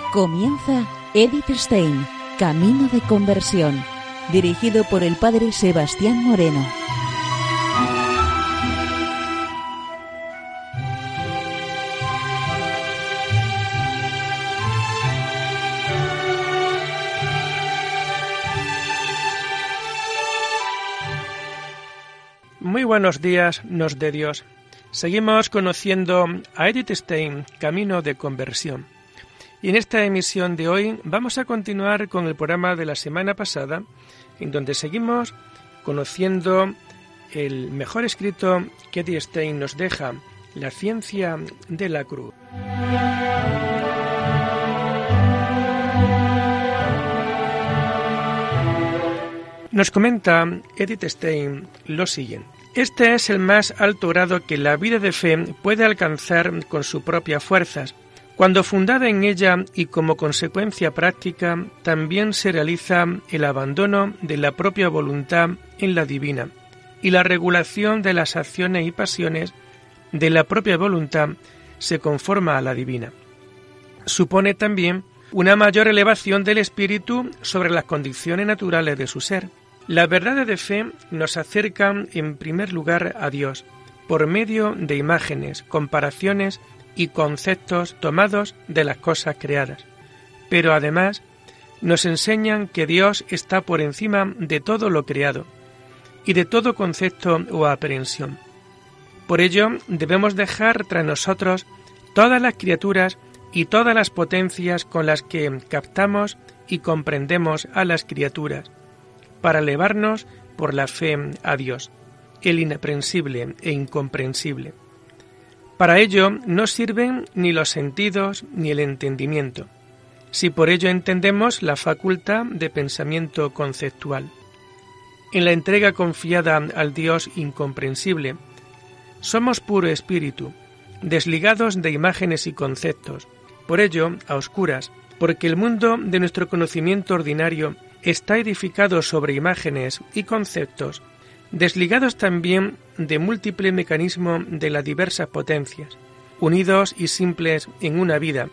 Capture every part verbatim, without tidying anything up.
Comienza Edith Stein, Camino de Conversión, dirigido por el Padre Sebastián Moreno. Muy buenos días, nos de Dios. Seguimos conociendo a Edith Stein, Camino de Conversión. Y en esta emisión de hoy vamos a continuar con el programa de la semana pasada, en donde seguimos conociendo el mejor escrito que Edith Stein nos deja, La ciencia de la cruz. Nos comenta Edith Stein lo siguiente. Este es el más alto grado que la vida de fe puede alcanzar con sus propias fuerzas. Cuando fundada en ella y como consecuencia práctica, también se realiza el abandono de la propia voluntad en la divina y la regulación de las acciones y pasiones de la propia voluntad se conforma a la divina. Supone también una mayor elevación del espíritu sobre las condiciones naturales de su ser. Las verdades de fe nos acercan en primer lugar a Dios, por medio de imágenes, comparaciones y conceptos tomados de las cosas creadas. Pero además nos enseñan que Dios está por encima de todo lo creado y de todo concepto o aprehensión. Por ello debemos dejar tras nosotros todas las criaturas y todas las potencias con las que captamos y comprendemos a las criaturas, para elevarnos por la fe a Dios, el inaprensible e incomprensible. Para ello no sirven ni los sentidos ni el entendimiento, si por ello entendemos la facultad de pensamiento conceptual. En la entrega confiada al Dios incomprensible, somos puro espíritu, desligados de imágenes y conceptos, por ello a oscuras, porque el mundo de nuestro conocimiento ordinario está edificado sobre imágenes y conceptos, desligados también de múltiple mecanismo de las diversas potencias, unidos y simples en una vida,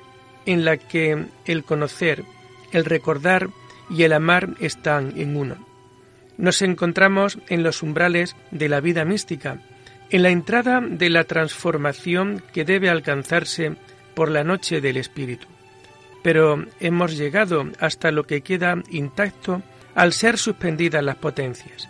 en la que el conocer, el recordar y el amar están en uno. Nos encontramos en los umbrales de la vida mística, en la entrada de la transformación que debe alcanzarse por la noche del espíritu. Pero hemos llegado hasta lo que queda intacto al ser suspendidas las potencias.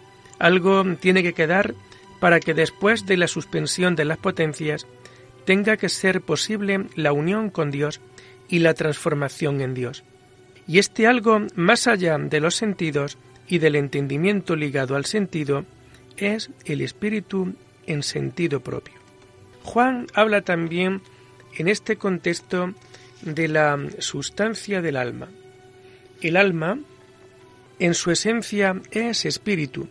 Algo tiene que quedar para que después de la suspensión de las potencias tenga que ser posible la unión con Dios y la transformación en Dios. Y este algo más allá de los sentidos y del entendimiento ligado al sentido es el espíritu en sentido propio. Juan habla también en este contexto de la sustancia del alma. El alma, en su esencia, es espíritu,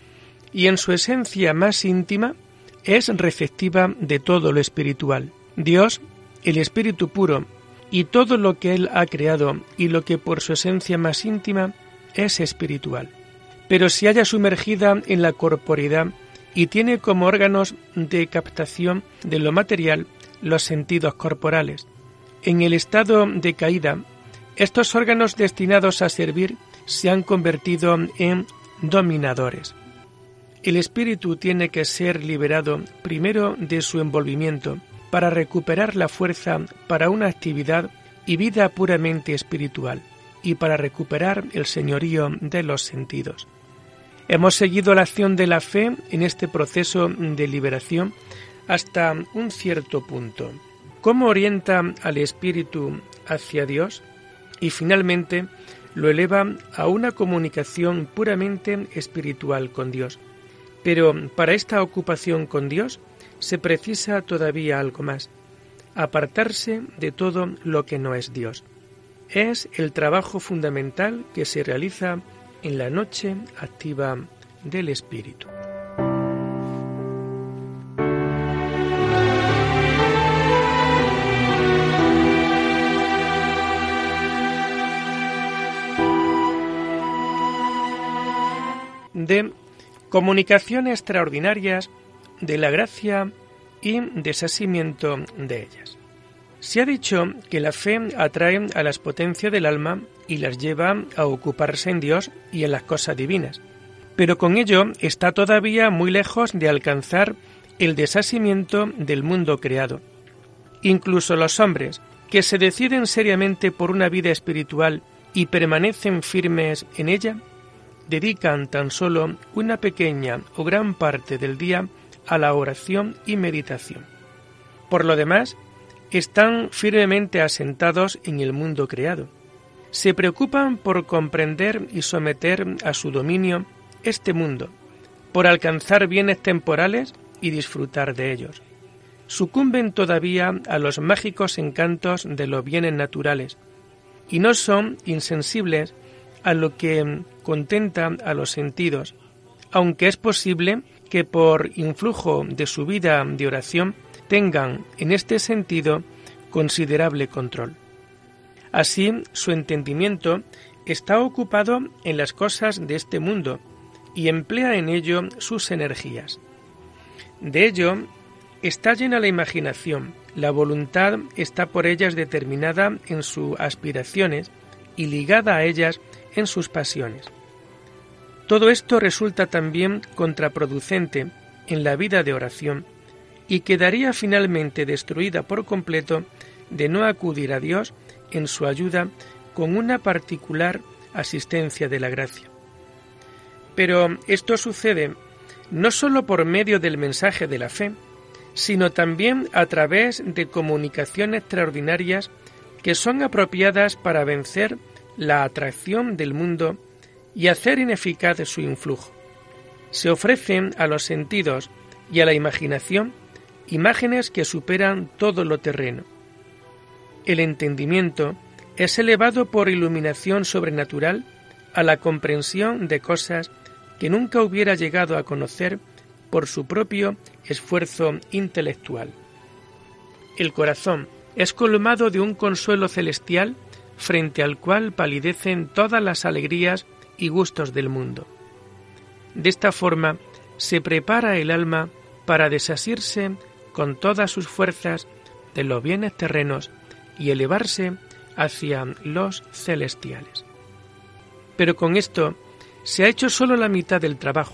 y en su esencia más íntima es receptiva de todo lo espiritual. Dios, el espíritu puro, y todo lo que Él ha creado y lo que por su esencia más íntima es espiritual. Pero se halla sumergida en la corporeidad y tiene como órganos de captación de lo material los sentidos corporales. En el estado de caída, estos órganos destinados a servir se han convertido en dominadores. El espíritu tiene que ser liberado primero de su envolvimiento para recuperar la fuerza para una actividad y vida puramente espiritual y para recuperar el señorío de los sentidos. Hemos seguido la acción de la fe en este proceso de liberación hasta un cierto punto. ¿Cómo orienta al espíritu hacia Dios? Y finalmente lo eleva a una comunicación puramente espiritual con Dios. Pero para esta ocupación con Dios se precisa todavía algo más: apartarse de todo lo que no es Dios. Es el trabajo fundamental que se realiza en la noche activa del espíritu. De comunicaciones extraordinarias de la gracia y desasimiento de ellas. Se ha dicho que la fe atrae a las potencias del alma y las lleva a ocuparse en Dios y en las cosas divinas, pero con ello está todavía muy lejos de alcanzar el desasimiento del mundo creado. Incluso los hombres que se deciden seriamente por una vida espiritual y permanecen firmes en ella, dedican tan solo una pequeña o gran parte del día a la oración y meditación. Por lo demás, están firmemente asentados en el mundo creado. Se preocupan por comprender y someter a su dominio este mundo, por alcanzar bienes temporales y disfrutar de ellos. Sucumben todavía a los mágicos encantos de los bienes naturales y no son insensibles a lo que contenta a los sentidos, aunque es posible que por influjo de su vida de oración tengan en este sentido considerable control. Así, su entendimiento está ocupado en las cosas de este mundo y emplea en ello sus energías. De ello está llena la imaginación, la voluntad está por ellas determinada en sus aspiraciones y ligada a ellas en sus pasiones. Todo esto resulta también contraproducente en la vida de oración y quedaría finalmente destruida por completo de no acudir a Dios en su ayuda con una particular asistencia de la gracia. Pero esto sucede no sólo por medio del mensaje de la fe, sino también a través de comunicaciones extraordinarias que son apropiadas para vencer la atracción del mundo y hacer ineficaz su influjo. Se ofrecen a los sentidos y a la imaginación imágenes que superan todo lo terreno. El entendimiento es elevado por iluminación sobrenatural a la comprensión de cosas que nunca hubiera llegado a conocer por su propio esfuerzo intelectual. El corazón es colmado de un consuelo celestial frente al cual palidecen todas las alegrías y gustos del mundo. De esta forma se prepara el alma para desasirse con todas sus fuerzas de los bienes terrenos y elevarse hacia los celestiales. Pero con esto se ha hecho solo la mitad del trabajo.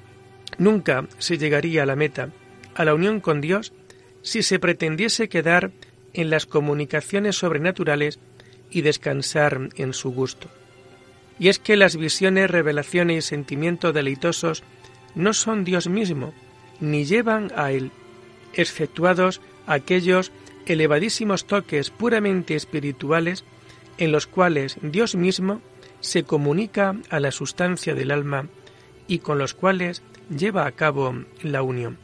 Nunca se llegaría a la meta, a la unión con Dios, si se pretendiese quedar en las comunicaciones sobrenaturales y descansar en su gusto. Y es que las visiones, revelaciones y sentimientos deleitosos no son Dios mismo, ni llevan a Él, exceptuados aquellos elevadísimos toques puramente espirituales en los cuales Dios mismo se comunica a la sustancia del alma y con los cuales lleva a cabo la unión.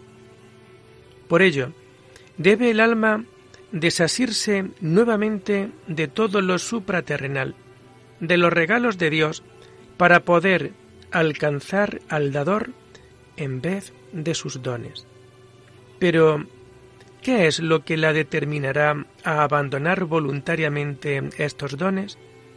Por ello, debe el alma desasirse nuevamente de todo lo supraterrenal, de los regalos de Dios, para poder alcanzar al dador en vez de sus dones. Pero, ¿qué es lo que la determinará a abandonar voluntariamente estos dones?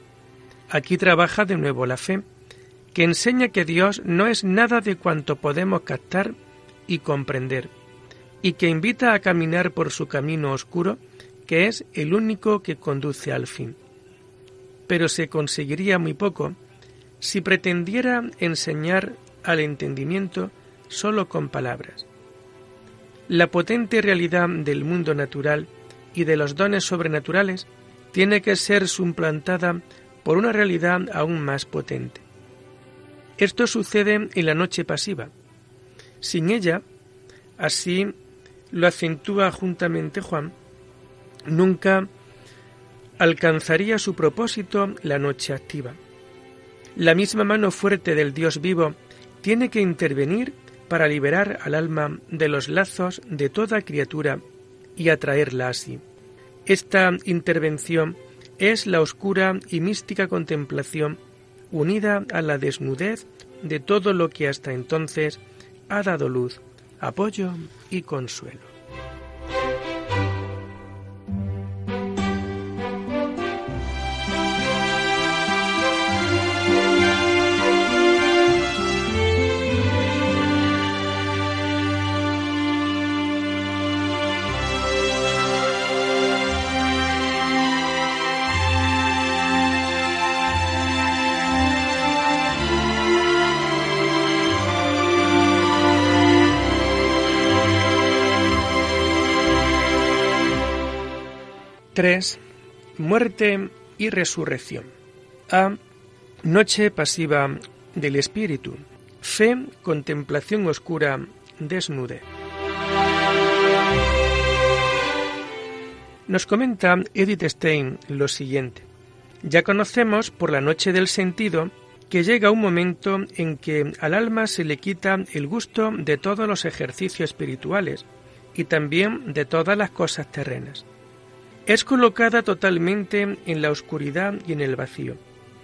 Aquí trabaja de nuevo la fe, que enseña que Dios no es nada de cuanto podemos captar y comprender, y que invita a caminar por su camino oscuro, que es el único que conduce al fin. Pero se conseguiría muy poco si pretendiera enseñar al entendimiento solo con palabras. La potente realidad del mundo natural y de los dones sobrenaturales tiene que ser suplantada por una realidad aún más potente. Esto sucede en la noche pasiva. Sin ella, así lo acentúa juntamente Juan, nunca alcanzaría su propósito la noche activa. La misma mano fuerte del Dios vivo tiene que intervenir para liberar al alma de los lazos de toda criatura y atraerla así. Esta intervención es la oscura y mística contemplación unida a la desnudez de todo lo que hasta entonces ha dado luz, apoyo y consuelo. tres. Muerte y resurrección. A. Noche pasiva del espíritu. Fe, contemplación oscura, desnude. Nos comenta Edith Stein lo siguiente. Ya conocemos por la noche del sentido que llega un momento en que al alma se le quita el gusto de todos los ejercicios espirituales y también de todas las cosas terrenas. Es colocada totalmente en la oscuridad y en el vacío.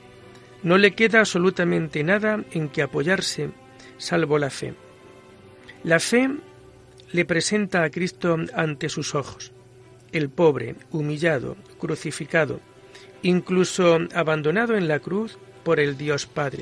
No le queda absolutamente nada en que apoyarse, salvo la fe. La fe le presenta a Cristo ante sus ojos, el pobre, humillado, crucificado, incluso abandonado en la cruz por el Dios Padre.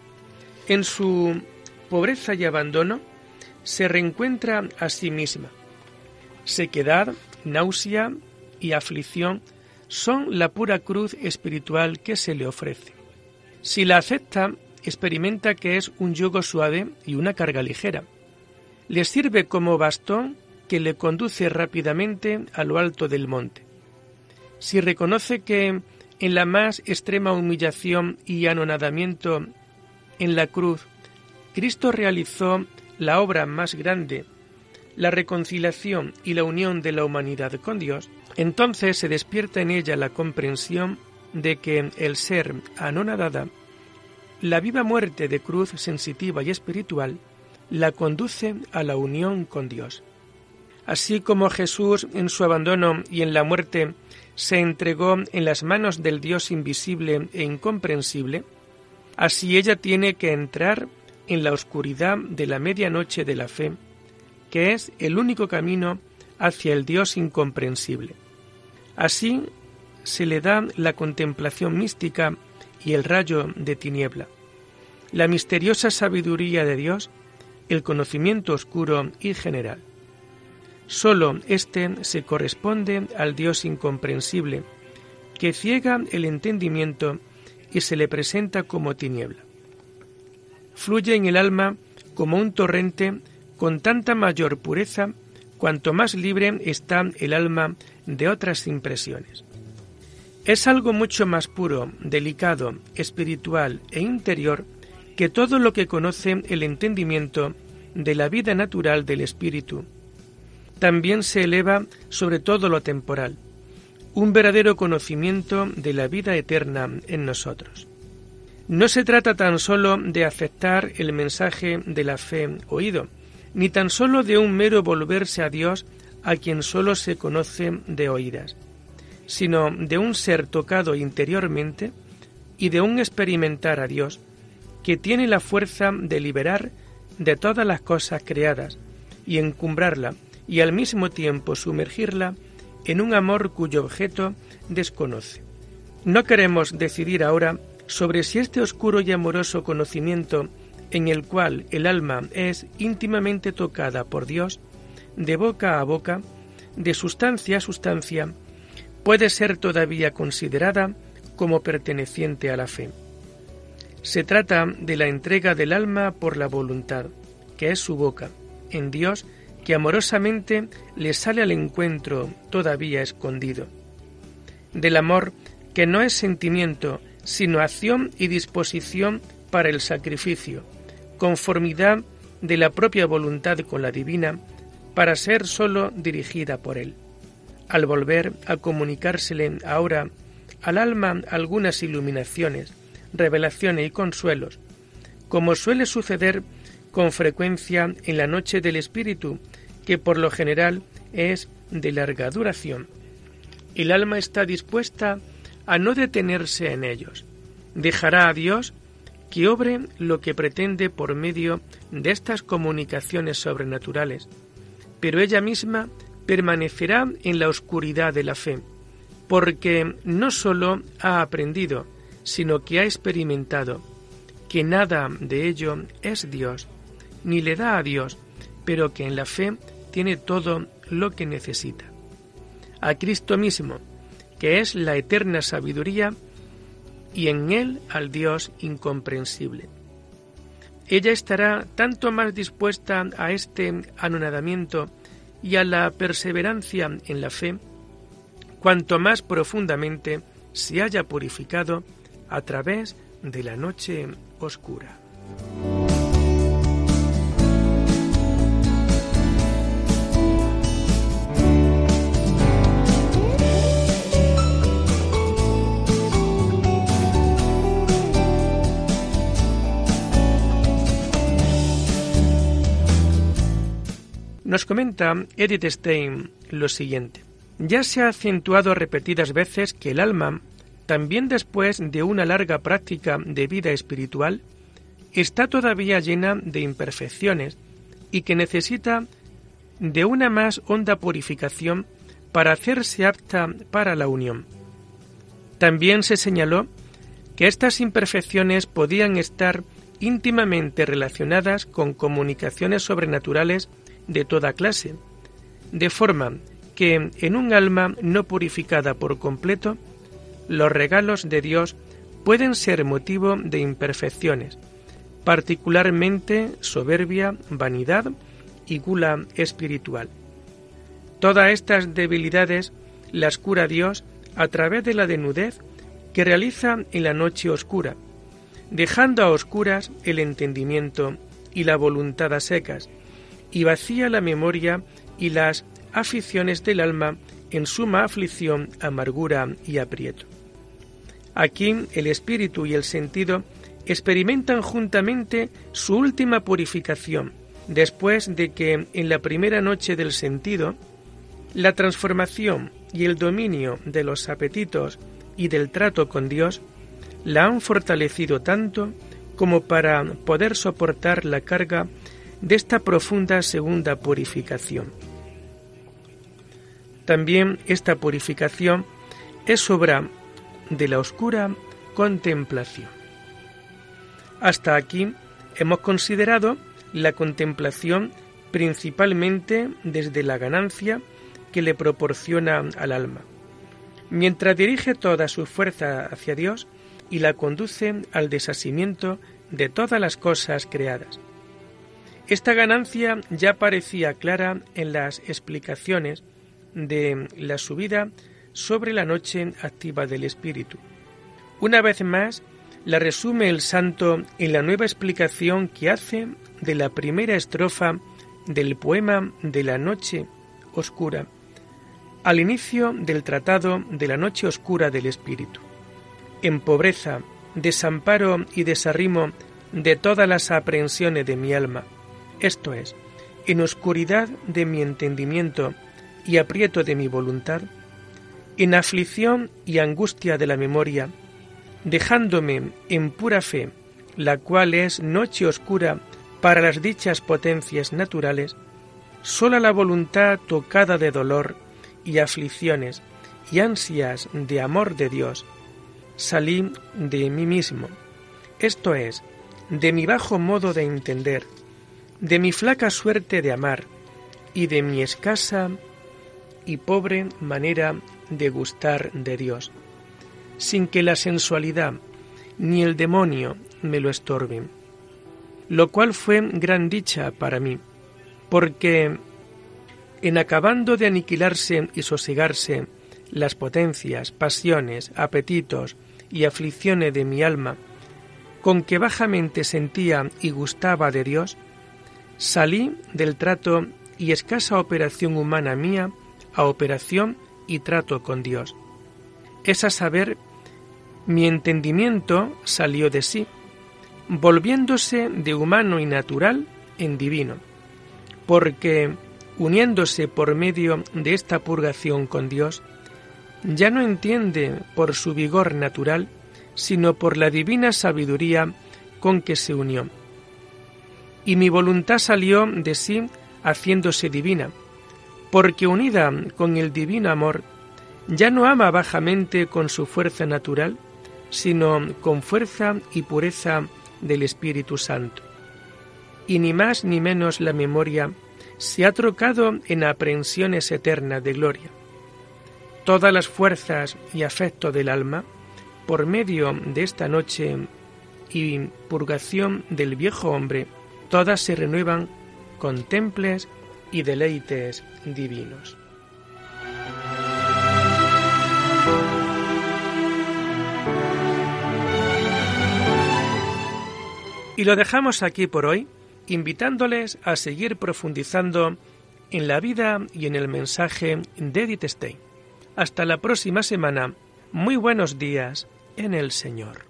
En su pobreza y abandono se reencuentra a sí misma. Sequedad, náusea y aflicción son la pura cruz espiritual que se le ofrece. Si la acepta, experimenta que es un yugo suave y una carga ligera. Le sirve como bastón que le conduce rápidamente a lo alto del monte. Si reconoce que en la más extrema humillación y anonadamiento en la cruz, Cristo realizó la obra más grande, la reconciliación y la unión de la humanidad con Dios, entonces se despierta en ella la comprensión de que el ser anonadada, la viva muerte de cruz sensitiva y espiritual, la conduce a la unión con Dios. Así como Jesús en su abandono y en la muerte se entregó en las manos del Dios invisible e incomprensible, así ella tiene que entrar en la oscuridad de la medianoche de la fe, que es el único camino hacia el Dios incomprensible. Así se le da la contemplación mística y el rayo de tiniebla, la misteriosa sabiduría de Dios, el conocimiento oscuro y general. Sólo éste se corresponde al Dios incomprensible, que ciega el entendimiento y se le presenta como tiniebla. Fluye en el alma como un torrente con tanta mayor pureza cuanto más libre está el alma de otras impresiones. Es algo mucho más puro, delicado, espiritual e interior que todo lo que conoce el entendimiento de la vida natural del espíritu. También se eleva sobre todo lo temporal, un verdadero conocimiento de la vida eterna en nosotros. No se trata tan solo de aceptar el mensaje de la fe oído, ni tan solo de un mero volverse a Dios a quien solo se conoce de oídas, sino de un ser tocado interiormente y de un experimentar a Dios que tiene la fuerza de liberar de todas las cosas creadas y encumbrarla y al mismo tiempo sumergirla en un amor cuyo objeto desconoce. No queremos decidir ahora sobre si este oscuro y amoroso conocimiento en el cual el alma es íntimamente tocada por Dios, de boca a boca, de sustancia a sustancia, puede ser todavía considerada como perteneciente a la fe. Se trata de la entrega del alma por la voluntad, que es su boca, en Dios, que amorosamente le sale al encuentro todavía escondido. Del amor que no es sentimiento, sino acción y disposición para el sacrificio, conformidad de la propia voluntad con la divina, para ser sólo dirigida por él. Al volver a comunicársele ahora al alma algunas iluminaciones, revelaciones y consuelos, como suele suceder con frecuencia en la noche del espíritu, que por lo general es de larga duración. El alma está dispuesta a no detenerse en ellos. Dejará a Dios que obre lo que pretende por medio de estas comunicaciones sobrenaturales, pero ella misma permanecerá en la oscuridad de la fe, porque no sólo ha aprendido, sino que ha experimentado que nada de ello es Dios, ni le da a Dios, pero que en la fe tiene todo lo que necesita. A Cristo mismo, que es la eterna sabiduría, y en él al Dios incomprensible. Ella estará tanto más dispuesta a este anonadamiento y a la perseverancia en la fe, cuanto más profundamente se haya purificado a través de la noche oscura. Nos comenta Edith Stein lo siguiente: ya se ha acentuado repetidas veces que el alma, también después de una larga práctica de vida espiritual, está todavía llena de imperfecciones y que necesita de una más honda purificación para hacerse apta para la unión. También se señaló que estas imperfecciones podían estar íntimamente relacionadas con comunicaciones sobrenaturales de toda clase, de forma que en un alma no purificada por completo, los regalos de Dios pueden ser motivo de imperfecciones, particularmente soberbia, vanidad y gula espiritual. Todas estas debilidades las cura Dios a través de la desnudez que realiza en la noche oscura, dejando a oscuras el entendimiento y la voluntad a secas, y vacía la memoria y las aficiones del alma en suma aflicción, amargura y aprieto. Aquí el espíritu y el sentido experimentan juntamente su última purificación, después de que en la primera noche del sentido, la transformación y el dominio de los apetitos y del trato con Dios la han fortalecido tanto como para poder soportar la carga de esta profunda segunda purificación. También esta purificación es obra de la oscura contemplación. Hasta aquí hemos considerado la contemplación principalmente desde la ganancia que le proporciona al alma, mientras dirige toda su fuerza hacia Dios y la conduce al desasimiento de todas las cosas creadas. Esta ganancia ya parecía clara en las explicaciones de la subida sobre la noche activa del espíritu. Una vez más, la resume el santo en la nueva explicación que hace de la primera estrofa del poema de la noche oscura, al inicio del tratado de la noche oscura del espíritu. En pobreza, desamparo y desarrimo de todas las aprehensiones de mi alma, esto es, en oscuridad de mi entendimiento y aprieto de mi voluntad, en aflicción y angustia de la memoria, dejándome en pura fe, la cual es noche oscura para las dichas potencias naturales, sola la voluntad tocada de dolor y aflicciones y ansias de amor de Dios, salí de mí mismo, esto es, de mi bajo modo de entender, de mi flaca suerte de amar y de mi escasa y pobre manera de gustar de Dios, sin que la sensualidad ni el demonio me lo estorben, lo cual fue gran dicha para mí, porque en acabando de aniquilarse y sosegarse las potencias, pasiones, apetitos y aflicciones de mi alma, con que bajamente sentía y gustaba de Dios, salí del trato y escasa operación humana mía a operación y trato con Dios. Es a saber, mi entendimiento salió de sí, volviéndose de humano y natural en divino, porque, uniéndose por medio de esta purgación con Dios, ya no entiende por su vigor natural, sino por la divina sabiduría con que se unió. Y mi voluntad salió de sí haciéndose divina, porque unida con el divino amor, ya no ama bajamente con su fuerza natural, sino con fuerza y pureza del Espíritu Santo. Y ni más ni menos la memoria se ha trocado en aprehensiones eternas de gloria. Todas las fuerzas y afectos del alma, por medio de esta noche y purgación del viejo hombre, todas se renuevan con temples y deleites divinos. Y lo dejamos aquí por hoy, invitándoles a seguir profundizando en la vida y en el mensaje de Edith Stein. Hasta la próxima semana. Muy buenos días en el Señor.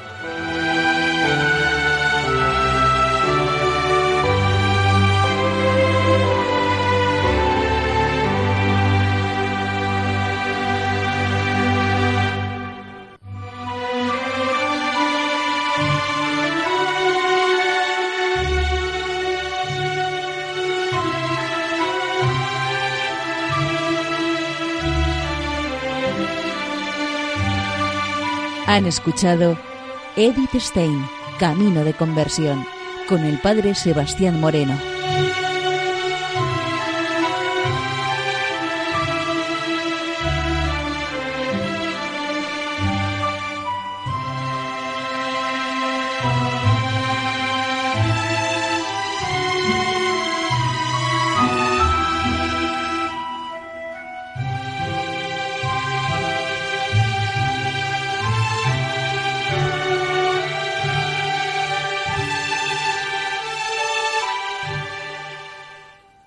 Han escuchado Edith Stein, Camino de Conversión, con el padre Sebastián Moreno.